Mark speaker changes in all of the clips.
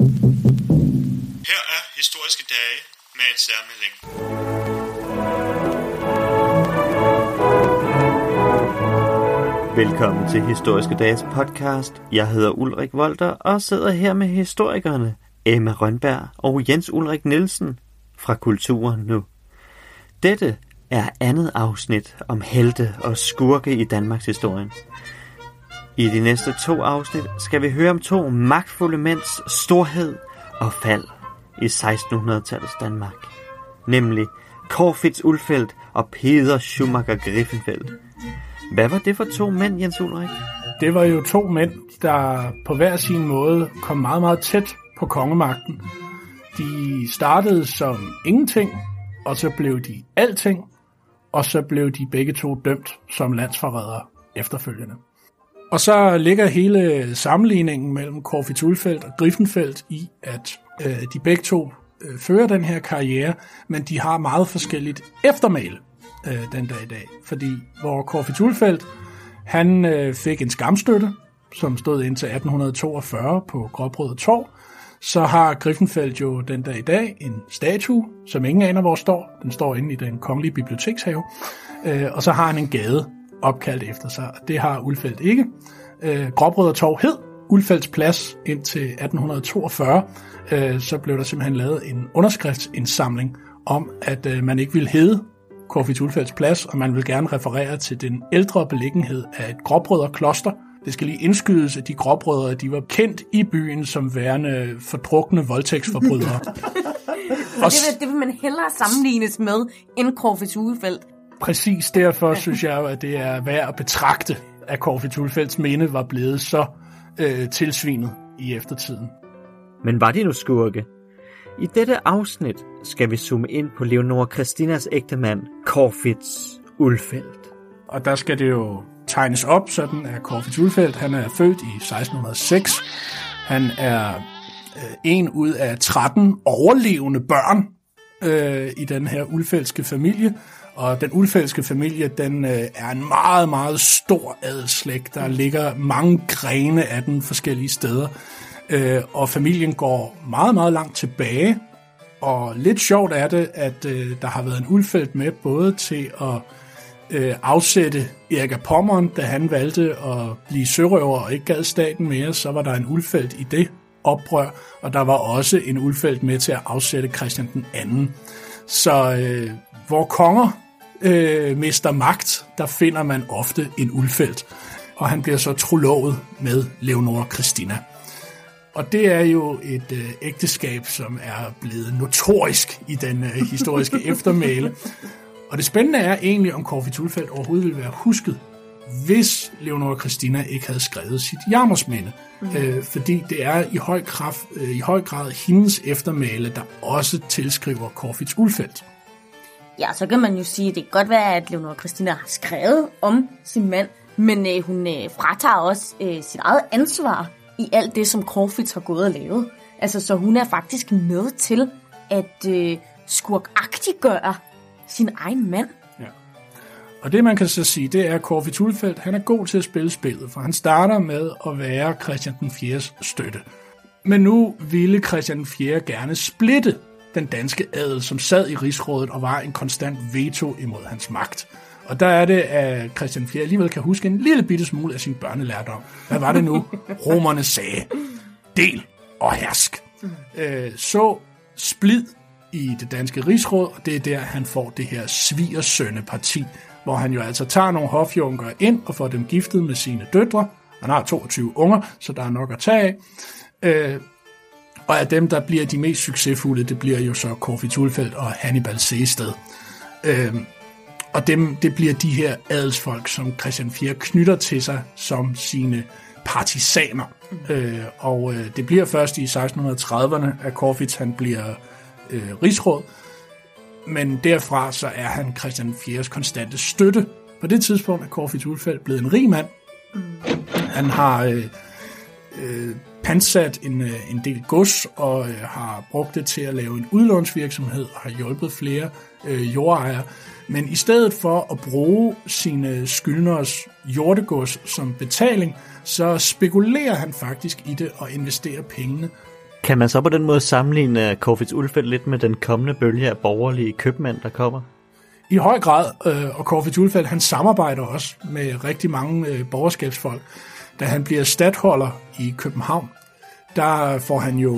Speaker 1: Her er historiske dage med en særmelding.
Speaker 2: Velkommen til Historiske Dages podcast. Jeg hedder Ulrik Volter og sidder her med historikerne Emma Rønberg og Jens Ulrik Nielsen fra Kulturen Nu. Dette er andet afsnit om helte og skurke i Danmarks historie. I de næste 2 afsnit skal vi høre om 2 magtfulde mænds storhed og fald i 1600-tallets Danmark. Nemlig Corfitz Ulfeldt og Peder Schumacher Griffenfeld. Hvad var det for 2 mænd, Jens Ulrik?
Speaker 3: Det var jo 2 mænd, der på hver sin måde kom meget, meget tæt på kongemagten. De startede som ingenting, og så blev de alting, og så blev de begge 2 dømt som landsforrædere efterfølgende. Og så ligger hele sammenligningen mellem Corfitz Ulfeldt og Griffenfeld i, at de begge 2 fører den her karriere, men de har meget forskelligt eftermæle den dag i dag. Fordi hvor Corfitz Ulfeldt, han fik en skamstøtte, som stod indtil 1842 på Gråbrødre Torv, så har Griffenfeld jo den dag i dag en statue, som ingen aner hvor står. Den står inde i den kongelige bibliotekshave. Og så har han en gade opkaldt efter sig, og det har Ulfeldt ikke. Gråbrødre Torv hed Ulfeldts Plads indtil 1842. Så blev der simpelthen lavet en underskriftsindsamling om, at man ikke ville hedde Corfitz Ulfeldts Plads, og man vil gerne referere til den ældre beliggenhed af et gråbrødrekloster. Det skal lige indskydes, at de gråbrødre, de var kendt i byen som værende fordrukne voldtægtsforbrydere.
Speaker 4: Og det vil man hellere sammenlignes med end Corfitz Ulfeldt.
Speaker 3: Præcis derfor synes jeg jo, at det er værd at betragte, at Corfitz Ulfeldts minde var blevet så tilsvinet i eftertiden.
Speaker 2: Men var de nu skurke? I dette afsnit skal vi zoome ind på Leonora Christinas ægtemand, Corfitz Ulfeldt.
Speaker 3: Og der skal det jo tegnes op, sådan at Corfitz Ulfeldt, han er født i 1606. Han er en ud af 13 overlevende børn i den her ulfeldtske familie. Og den ulfeldtske familie, den er en meget, meget stor adelsslægt. Der ligger mange grene af den forskellige steder. Og familien går meget, meget langt tilbage. Og lidt sjovt er det, at der har været en Ulfeldt med både til at afsætte Erik af Pommern, da han valgte at blive sørøver og ikke gad staten mere, så var der en Ulfeldt i det oprør, og der var også en Ulfeldt med til at afsætte Christian den anden. Så hvor konger mister magt, der finder man ofte en Ulfeldt, og han bliver så trolovet med Leonora Christina. Og det er jo et ægteskab, som er blevet notorisk i den historiske eftermæle. Og det spændende er egentlig, om Corfitz Ulfeldt overhovedet ville være husket, hvis Leonora Christina ikke havde skrevet sit Jarmersminde. Fordi det er i høj grad hendes eftermæle, der også tilskriver Corfitz Ulfeldt.
Speaker 4: Ja, så kan man jo sige, at det kan godt være, at Leonora Christina har skrevet om sin mand, men hun fratager også sit eget ansvar i alt det, som Corfitz har gået og lavet. Altså, så hun er faktisk med til at skurkagtiggøre sin egen mand.
Speaker 3: Ja. Og det, man kan så sige, det er, at Corfitz Ulfeldt, han er god til at spille spillet, for han starter med at være Christian den 4's støtte. Men nu ville Christian den 4. gerne splitte den danske adel, som sad i rigsrådet og var en konstant veto imod hans magt. Og der er det, at Christian 4. alligevel kan huske en lille bitte smule af sin børnelærdom. Hvad var det nu, romerne sagde? Del og hersk. Så splid i det danske rigsråd, og det er der, han får det her svigersønneparti, hvor han jo altså tager nogle hofjunker ind og får dem giftet med sine døtre. Han har 22 unger, så der er nok at tage af. Og af dem, der bliver de mest succesfulde, det bliver jo så Corfitz Ulfeldt og Hannibal Sehested. Og det bliver de her adelsfolk, som Christian 4. knytter til sig som sine partisaner. Og det bliver først i 1630'erne, at Corfitz han bliver rigsråd. Men derfra så er han Christian 4's konstante støtte. På det tidspunkt er Corfitz Ulfeldt blevet en rig mand. Han har pansat en del gods og har brugt det til at lave en udlånsvirksomhed og har hjulpet flere jordejere. Men i stedet for at bruge sine skyldneres jordegods som betaling, så spekulerer han faktisk i det og investerer pengene
Speaker 2: Kan man så på den måde sammenligne Corfitz-Ulfeldt lidt med den kommende bølge af borgerlige købmænd, der kommer?
Speaker 3: I høj grad, og Corfitz-Ulfeldt, han samarbejder også med rigtig mange borgerskabsfolk. Da han bliver stadholder i København, der får han jo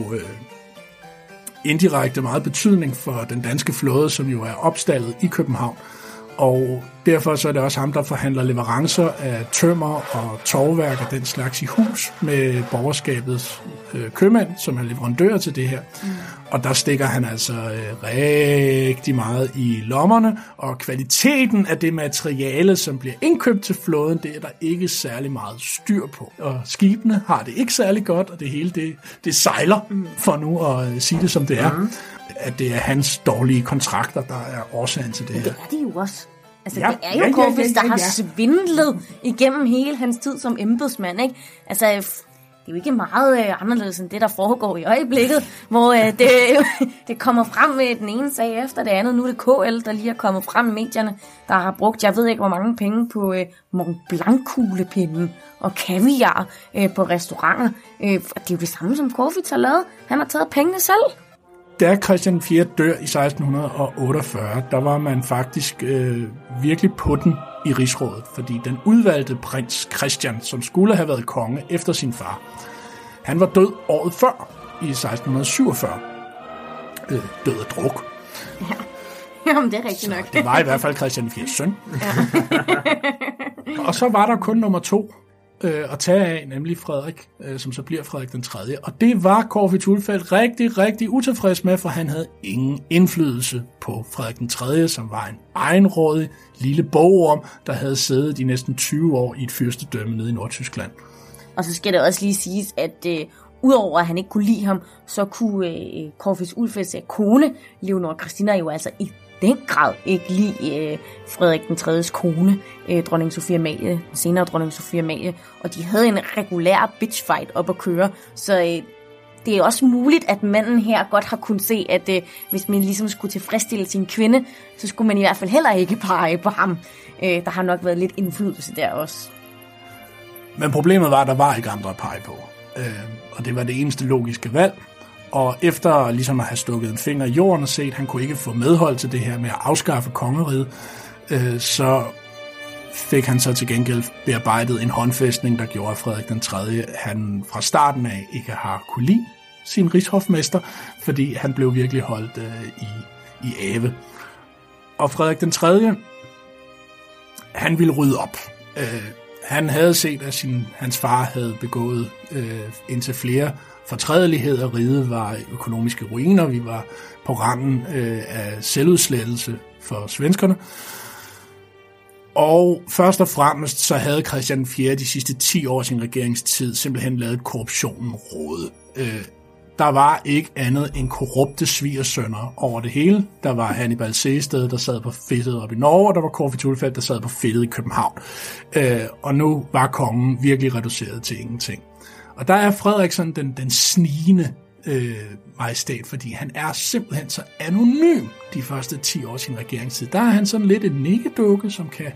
Speaker 3: indirekte meget betydning for den danske flåde, som jo er opstaldet i København. Og derfor så er det også ham, der forhandler leverancer af tømmer og torvværk og den slags i hus med borgerskabets købmænd, som er leverandører til det her. Og der stikker han altså rigtig meget i lommerne, og kvaliteten af det materiale, som bliver indkøbt til flåden, det er der ikke særlig meget styr på. Og skibene har det ikke særlig godt, og det hele det sejler, for nu at sige det som det er. At det er hans dårlige kontrakter, der er årsagen til det her.
Speaker 4: Det er det jo også. Altså, ja, det er jo Corfitz, der har svindlet igennem hele hans tid som embedsmand, ikke? Altså, det er jo ikke meget anderledes end det, der foregår i øjeblikket, hvor det kommer frem med den ene sag efter det andet. Nu er det KL, der lige er kommet frem i medierne, der har brugt, jeg ved ikke hvor mange penge på Mont Blanc-kuglepinden og kaviar på restauranter. Det er jo det samme, som Corfitz har lavet. Han har taget pengene selv.
Speaker 3: Da Christian 4. dør i 1648, der var man faktisk virkelig på den i rigsrådet, fordi den udvalgte prins Christian, som skulle have været konge efter sin far, han var død året før, i 1647. Død af druk.
Speaker 4: Ja, jamen det er rigtigt nok.
Speaker 3: Det var i hvert fald Christian 4. søn. Ja. Og så var der kun nummer 2 at tage af, nemlig Frederik, som så bliver Frederik den 3. Og det var Corfitz-Ulfeldt rigtig, rigtig utilfreds med, for han havde ingen indflydelse på Frederik den 3., som var en egenrådig lille bogorm, der havde siddet i næsten 20 år i et fyrstedømme nede i Nordtyskland.
Speaker 4: Og så skal det også lige siges, at udover at han ikke kunne lide ham, så kunne Corfitz-Ulfeldts kone, Leonora Christina, jo altså i den grad ikke lide Frederik den 3.s kone, dronning Sophie Amalie, senere dronning Sophie Amalie, og de havde en regulær bitchfight op at køre, så det er også muligt, at manden her godt har kunnet se, at hvis man ligesom skulle tilfredsstille sin kvinde, så skulle man i hvert fald heller ikke pege på ham. Der har nok været lidt indflydelse der også.
Speaker 3: Men problemet var, at der var ikke andre at pege på, og det var det eneste logiske valg. Og efter ligesom at have stukket en finger i jorden og set, at han kunne ikke få medhold til det her med at afskaffe kongeriget, så fik han så til gengæld bearbejdet en håndfæstning, der gjorde, at Frederik den 3. han fra starten af ikke har kunne lide sin rigshofmester, fordi han blev virkelig holdt i ave. Og Frederik den 3. han ville rydde op. Han havde set, at hans far havde begået indtil flere fortrædeligheder. Riget var økonomiske ruiner. Vi var på randen af selvudslettelse for svenskerne. Og først og fremmest så havde Christian 4. de sidste 10 år af sin regeringstid simpelthen lavet korruptionen råde. Der var ikke andet end korrupte svigersønner over det hele. Der var Hannibal Sehested, der sad på fedtet op i Norge, og der var Corfitz-Ulfeldt, der sad på fedtet i København. Og nu var kongen virkelig reduceret til ingenting. Og der er Frederik sådan den snigende majestæt, fordi han er simpelthen så anonym de første 10 år af sin regeringstid. Der er han sådan lidt en nikkedukke, som kan,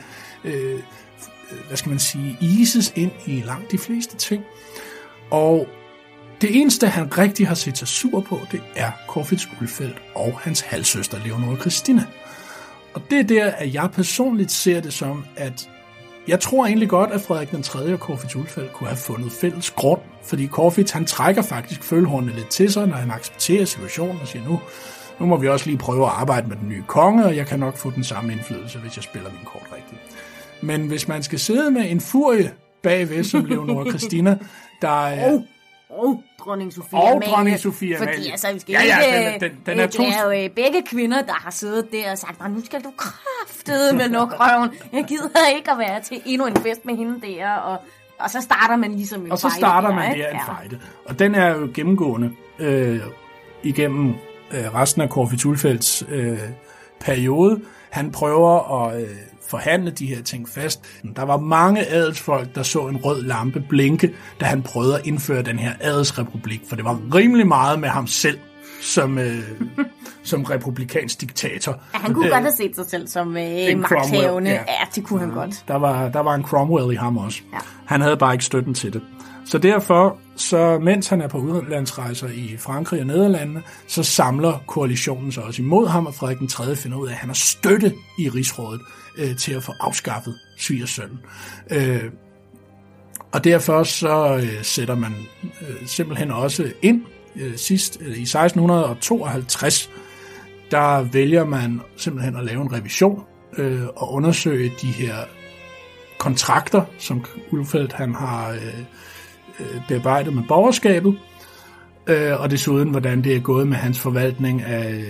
Speaker 3: ises ind i langt de fleste ting. Og det eneste, han rigtig har set sig sur på, det er Corfitz-Ulfeldt og hans halvsøster Leonora Christina. Og det er der, at jeg personligt ser det som, at jeg tror egentlig godt, at Frederik den 3. og Corfitz-Ulfeldt kunne have fundet fælles grund, fordi Corfitz, han trækker faktisk følehornene lidt til sig, når han accepterer situationen og siger, nu må vi også lige prøve at arbejde med den nye konge, og jeg kan nok få den samme indflydelse, hvis jeg spiller min kort rigtigt. Men hvis man skal sidde med en furie bagved, som Leonora Christina, der
Speaker 4: og dronning Sophie Amalie.
Speaker 3: Og dronning Sophie Amalie.
Speaker 4: Fordi altså, vi skal
Speaker 3: den er
Speaker 4: det er jo begge kvinder, der har siddet der og sagt, nu skal du kraftede med lukke røven. Jeg gider ikke at være til endnu en fest med hende der. Og så starter man ligesom en
Speaker 3: og så starter man der en fejde. Og den er jo gennemgående igennem resten af Corfitz-Ulfeldts periode. Han prøver at forhandle de her ting fast. Der var mange adelsfolk, der så en rød lampe blinke, da han prøvede at indføre den her adelsrepublik, for det var rimelig meget med ham selv som republikansk diktator.
Speaker 4: Ja, han kunne godt have set sig selv som magthavende. Ja, det kunne han godt.
Speaker 3: Der var en Cromwell i ham også. Ja. Han havde bare ikke støtten til det. Så derfor, så mens han er på udlandsrejser i Frankrig og Nederlandene, så samler koalitionen sig også imod ham, og Frederik den 3. finder ud af, at han har støtte i Rigsrådet til at få afskaffet svigersønnen. Og derfor så sætter man simpelthen også ind sidst i 1652, der vælger man simpelthen at lave en revision og undersøge de her kontrakter, som Ulfeldt han har bearbejdet med borgerskabet, og desuden hvordan det er gået med hans forvaltning af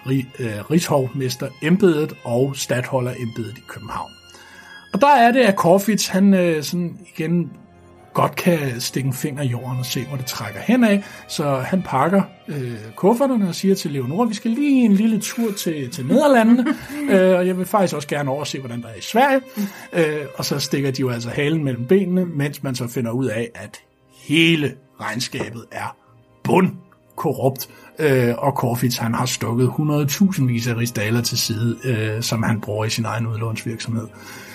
Speaker 3: rigshovmester-embedet og statholder-embedet i København. Og der er det, at Corfitz han sådan igen godt kan stikke en finger i jorden og se, hvor det trækker henad. Så han pakker kufferterne og siger til Leonora, vi skal lige en lille tur til Nederlandene, og jeg vil faktisk også gerne over se, hvordan der er i Sverige. Og så stikker de jo altså halen mellem benene, mens man så finder ud af, at hele regnskabet er bundkorrupt, og Corfitz han har stukket 100.000 af rigsdaler til side, som han bruger i sin egen udlånsvirksomhed.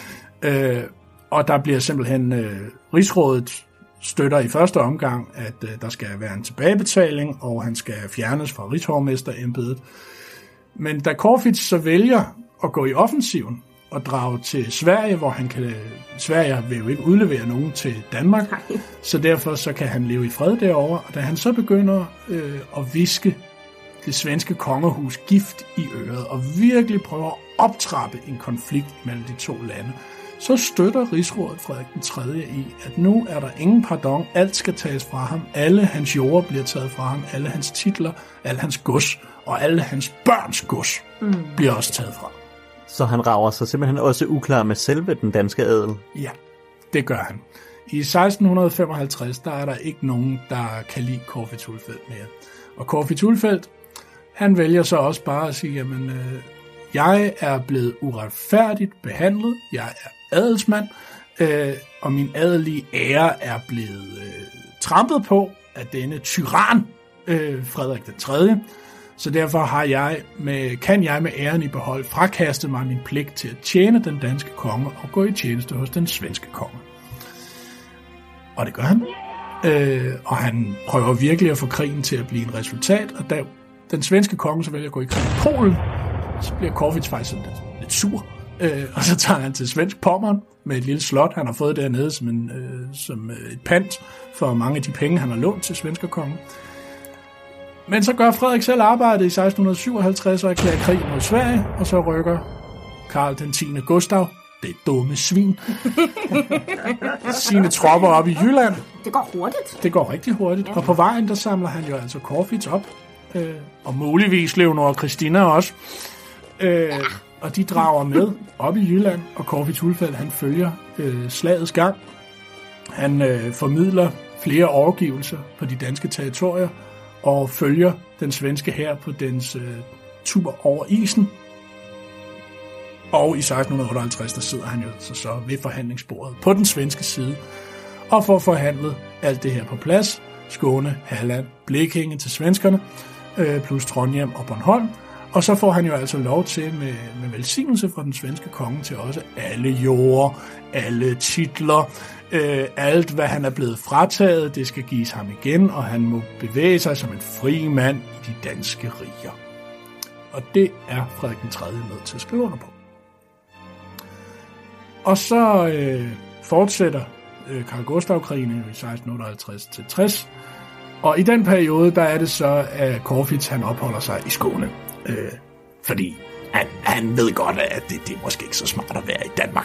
Speaker 3: Og der bliver simpelthen Rigsrådet støtter i første omgang, at der skal være en tilbagebetaling, og han skal fjernes fra rigshovmester-embedet. Men da Corfitz så vælger at gå i offensiven og drage til Sverige, hvor han kan... Sverige vil jo ikke udlevere nogen til Danmark, så derfor så kan han leve i fred derovre. Og da han så begynder at viske det svenske kongehus gift i øret, og virkelig prøver at optrappe en konflikt mellem de to lande, så støtter Rigsrådet Frederik den 3. i, at nu er der ingen pardon, alt skal tages fra ham, alle hans jorder bliver taget fra ham, alle hans titler, alle hans gods og alle hans børns gods bliver også taget fra.
Speaker 2: Så han rager sig simpelthen også uklar med selve den danske adel?
Speaker 3: Ja, det gør han. I 1655, der er der ikke nogen, der kan lide Corfitz Ulfeldt mere. Og Corfitz Ulfeldt, han vælger så også bare at sige, jamen, jeg er blevet uretfærdigt behandlet, jeg er adelsmand, og min adelige ære er blevet trampet på af denne tyran, Frederik den 3. Så derfor kan jeg med æren i behold frakastet mig min pligt til at tjene den danske konge og gå i tjeneste hos den svenske konge. Og det gør han. Og han prøver virkelig at få krigen til at blive en resultat, og da den svenske konge så vælger at gå i krig i Polen, så bliver Corfitz faktisk lidt sur, og så tager han til Svensk Pommern med et lille slot, han har fået dernede som et pant for mange af de penge, han har lånt til svenskerkongen. Men så gør Frederik selv arbejdet i 1657 og erklærer krig mod Sverige, og så rykker Karl den 10. Gustav, det dumme svin, sine tropper op i Jylland.
Speaker 4: Det går hurtigt.
Speaker 3: Det går rigtig hurtigt, ja. Og på vejen, der samler han jo altså Corfitz op, og muligvis Leonora og Christina også. Og de drager med op i Jylland, og Corfitz Ulfeldt, han følger slagets gang. Han formidler flere overgivelser på de danske territorier, og følger den svenske hær på dens tur over isen. Og i 1658, der sidder han jo så ved forhandlingsbordet på den svenske side, og får forhandlet alt det her på plads. Skåne, Halland, Blekinge til svenskerne, plus Trondheim og Bornholm. Og så får han jo altså lov til med velsignelse fra den svenske konge til også alle jorder, alle titler, alt hvad han er blevet frataget, det skal gives ham igen, og han må bevæge sig som en fri mand i de danske riger. Og det er Frederik den 3. nødt til at skrive under på. Og så fortsætter Karl Gustav-krigen i 1658-60, og i den periode, der er det så, at Corfitz han opholder sig i Skåne. Fordi han ved godt, at det er måske ikke så smart at være i Danmark.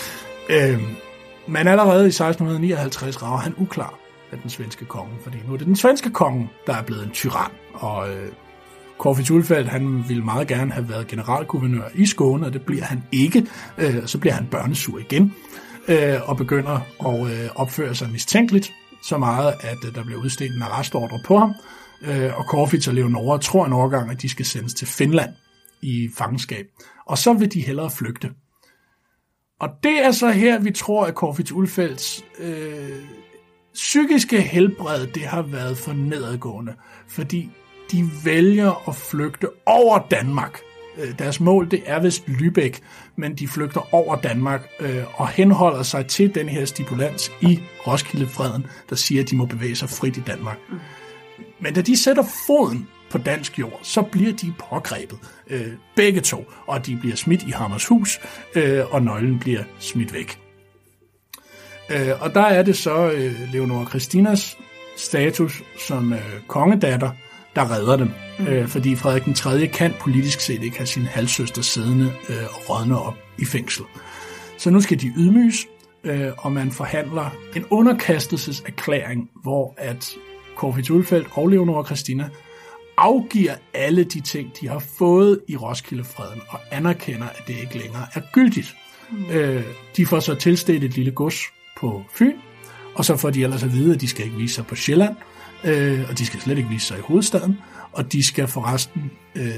Speaker 3: Men allerede i 1659 rager han uklar af den svenske konge, fordi nu er det den svenske konge, der er blevet en tyran. Og Corfitz Ulfeldt, han ville meget gerne have været generalguvernør i Skåne, og det bliver han ikke. Så bliver han børnesur igen, og begynder at opføre sig mistænkeligt, så meget, at der bliver udstedt en arrestordre på ham. Og Corfitz og Leonora tror en overgang, at de skal sendes til Finland i fangenskab. Og så vil de hellere flygte. Og det er så her, vi tror, at Corfitz Ulfeldts psykiske helbred, det har været for nedadgående. Fordi de vælger at flygte over Danmark Deres mål, det er vist Lübeck, men de flygter over Danmark og henholder sig til den her stipulans i Roskildefreden, der siger, at de må bevæge sig frit i Danmark. Men da de sætter foden på dansk jord, så bliver de pågrebet, begge to, og de bliver smidt i Hammershus, og nøglen bliver smidt væk. Og der er det så Leonora Christinas status som kongedatter, der redder dem. Fordi Frederik den 3. kan politisk set ikke have sin halvsøster siddende og rådne op i fængsel. Så nu skal de ydmyges, og man forhandler en underkastelseserklæring, hvor at Corfitz Ulfeldt og Leonora Christina afgiver alle de ting, de har fået i Roskildefreden, og anerkender, at det ikke længere er gyldigt. De får så tilstedt et lille gods på Fyn, og så får de ellers at vide, at de skal ikke vise sig på Sjælland, og de skal slet ikke vise sig i hovedstaden, og de skal forresten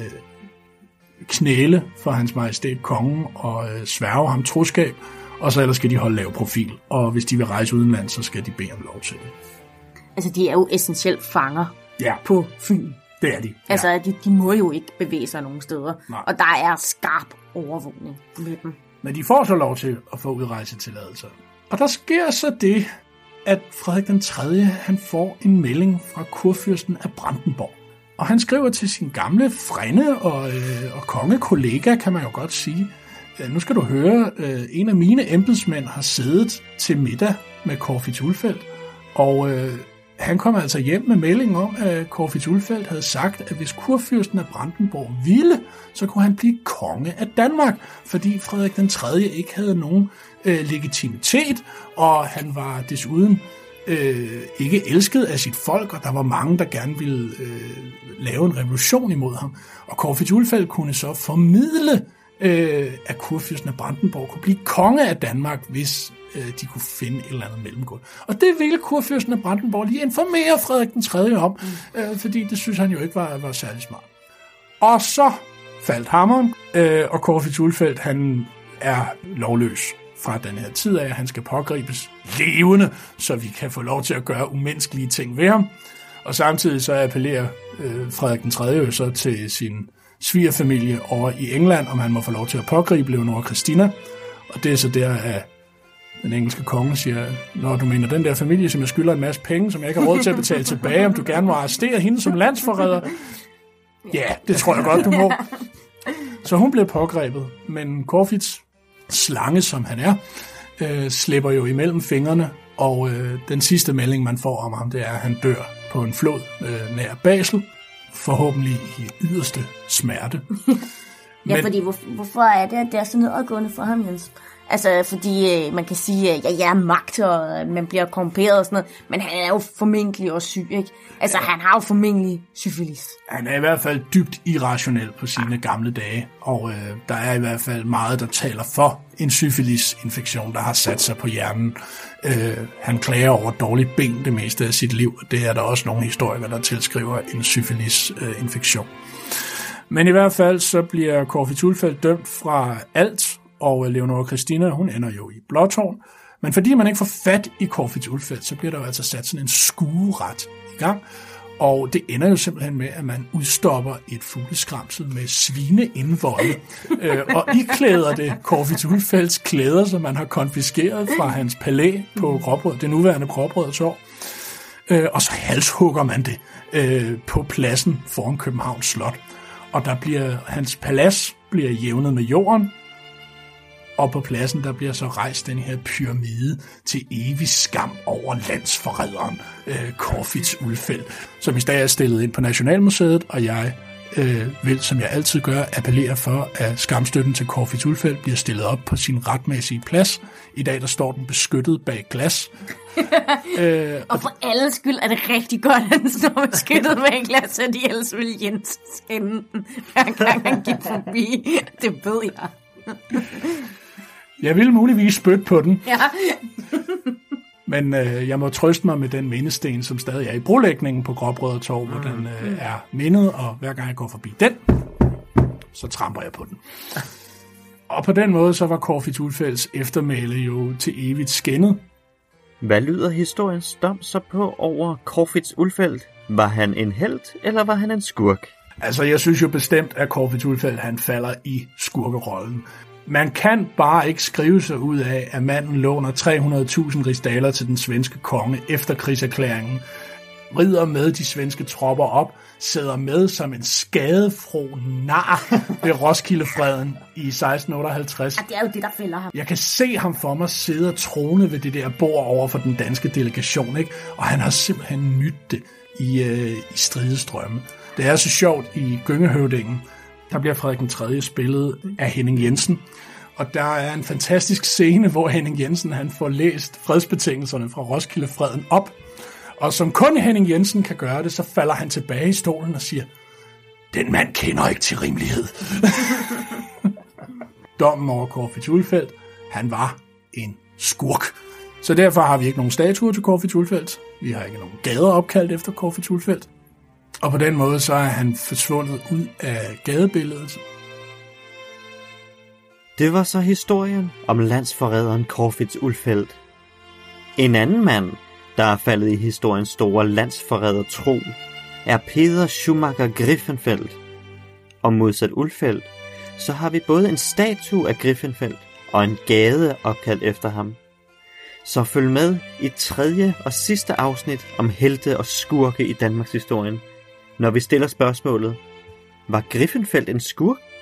Speaker 3: knæle for hans majestæt kongen og sværge ham troskab, og så ellers skal de holde lav profil, og hvis de vil rejse udenland, så skal de bede om lov til det.
Speaker 4: Altså, de er jo essentielt fanger på Fyn.
Speaker 3: Det er de. Ja.
Speaker 4: Altså, de må jo ikke bevæge sig nogen steder,
Speaker 3: Nej.
Speaker 4: og der er skarp overvågning med dem.
Speaker 3: Men de får så lov til at få udrejsetilladelser. Og der sker så det, at Frederik den 3. han får en melding fra kurfyrsten af Brandenborg. Og han skriver til sin gamle frænde og kongekollega, kan man jo godt sige, nu skal du høre, en af mine embedsmænd har siddet til middag med Corfitz Ulfeldt, og han kom altså hjem med meldingen om, at Corfitz Ulfeldt havde sagt, at hvis kurfyrsten af Brandenborg ville, så kunne han blive konge af Danmark, fordi Frederik den 3. ikke havde nogen legitimitet, og han var desuden ikke elsket af sit folk, og der var mange, der gerne ville lave en revolution imod ham. Og Corfitz Ulfeldt kunne så formidle, at kurfyrsten af Brandenborg kunne blive konge af Danmark, hvis de kunne finde et eller andet mellemgulv. Og det ville kurfyrsten af Brandenborg lige informere Frederik den 3. om, fordi det synes han jo ikke var særlig smart. Og så faldt hammeren, og Corfitz Ulfeldt, han er lovløs fra den her tid af, at han skal pågribes levende, så vi kan få lov til at gøre umenneskelige ting ved ham. Og samtidig så appellerer Frederik den 3. så til sin svigerfamilie over i England, om han må få lov til at pågribe Leonora Christina. Og det er så der, at den engelske konge siger, når du mener den der familie, som jeg skylder en masse penge, som jeg ikke har råd til at betale tilbage, om du gerne må arrestere hende som landsforræder. Ja, det tror jeg godt, du må. Så hun bliver pågrebet, men Corfitz, slange som han er, slipper jo imellem fingrene, og den sidste melding, man får om ham, det er, at han dør på en flod nær Basel, forhåbentlig i yderste smerte.
Speaker 4: Ja, fordi hvorfor er det, at det er så nedadgående for ham, Jens? Altså, fordi man kan sige, at jeg er magt, og man bliver korrumperet og sådan noget, men han er jo formentlig også syg, ikke? Altså, han har jo formentlig syfilis.
Speaker 3: Han er i hvert fald dybt irrationel på sine gamle dage, og der er i hvert fald meget, der taler for en syfilis-infektion, der har sat sig på hjernen. Han klager over dårligt ben det meste af sit liv, og det er der også nogle historikere, der tilskriver en syfilis-infektion. Men i hvert fald så bliver Corfitz Ulfeldt dømt fra alt, og Leonora Christina, hun ender jo i Blåtårn. Men fordi man ikke får fat i Corfitz Ulfeldt, så bliver der jo altså sat sådan en skueret i gang. Og det ender jo simpelthen med, at man udstopper et fugleskramsel med svineindvolde. Og iklæder det Corfitz Ulfeldts klæder, som man har konfiskeret fra hans palæ på Gråbrød, det nuværende Gråbrød Torv. Og så halshugger man det på pladsen foran Københavns Slot. Og der bliver, hans palads bliver jævnet med jorden, og på pladsen der bliver så rejst den her pyramide til evig skam over landsforræderen Corfitz Ulfeldt, som i dag er stillet ind på Nationalmuseet, og jeg vil, som jeg altid gør, appellere for, at skamstøtten til Corfitz Ulfeldt bliver stillet op på sin retmæssige plads. I dag der står den beskyttet bag glas.
Speaker 4: Og for alles skyld er det rigtig godt, at den står beskyttet bag glas, så de ellers vil Jens skænde den, hver gang han gik forbi. Det ved jeg.
Speaker 3: Jeg ville muligvis spytte på den.
Speaker 4: Ja.
Speaker 3: Men jeg må trøste mig med den mindesten, som stadig er i brolægningen på Gråbrød Torv, hvor den er mindet, og hver gang jeg går forbi den, så tramper jeg på den. Og på den måde, så var Corfitz Ulfeldts eftermæle jo til evigt skændet.
Speaker 2: Hvad lyder historiens dom så på over Corfitz Ulfeldt? Var han en helt, eller var han en skurk?
Speaker 3: Altså, jeg synes jo bestemt, at Corfitz Ulfeldt, han falder i skurkerollen. Man kan bare ikke skrive sig ud af, at manden låner 300.000 rigsdaler til den svenske konge efter krigserklæringen, rider med de svenske tropper op, sidder med som en skadefro nar ved Roskildefreden i 1658.
Speaker 4: Det er jo det, der fælder ham.
Speaker 3: Jeg kan se ham for mig sidde og trone ved det der bord over for den danske delegation, ikke? Og han har simpelthen nydt det i stridestrømme. Det er så sjovt i Gyngehøvdingen. Der bliver Frederik den 3. spillet af Henning Jensen. Og der er en fantastisk scene, hvor Henning Jensen han får læst fredsbetingelserne fra Roskildefreden op. Og som kun Henning Jensen kan gøre det, så falder han tilbage i stolen og siger, den mand kender ikke til rimelighed. Dommen over Corfitz Ulfeldt, han var en skurk. Så derfor har vi ikke nogen statuer til Corfitz Ulfeldt. Vi har ikke nogen gader opkaldt efter Corfitz Ulfeldt. Og på den måde så er han forsvundet ud af gadebilledet.
Speaker 2: Det var så historien om landsforræderen Corfitz Ulfeldt. En anden mand, der er faldet i historiens store landsforræder tro, er Peder Schumacher Griffenfeld. Og modsat Ulfeldt, så har vi både en statue af Griffenfeld og en gade opkaldt efter ham. Så følg med i 3. og sidste afsnit om helte og skurke i Danmarks historien, når vi stiller spørgsmålet, var Griffenfeld en skurk?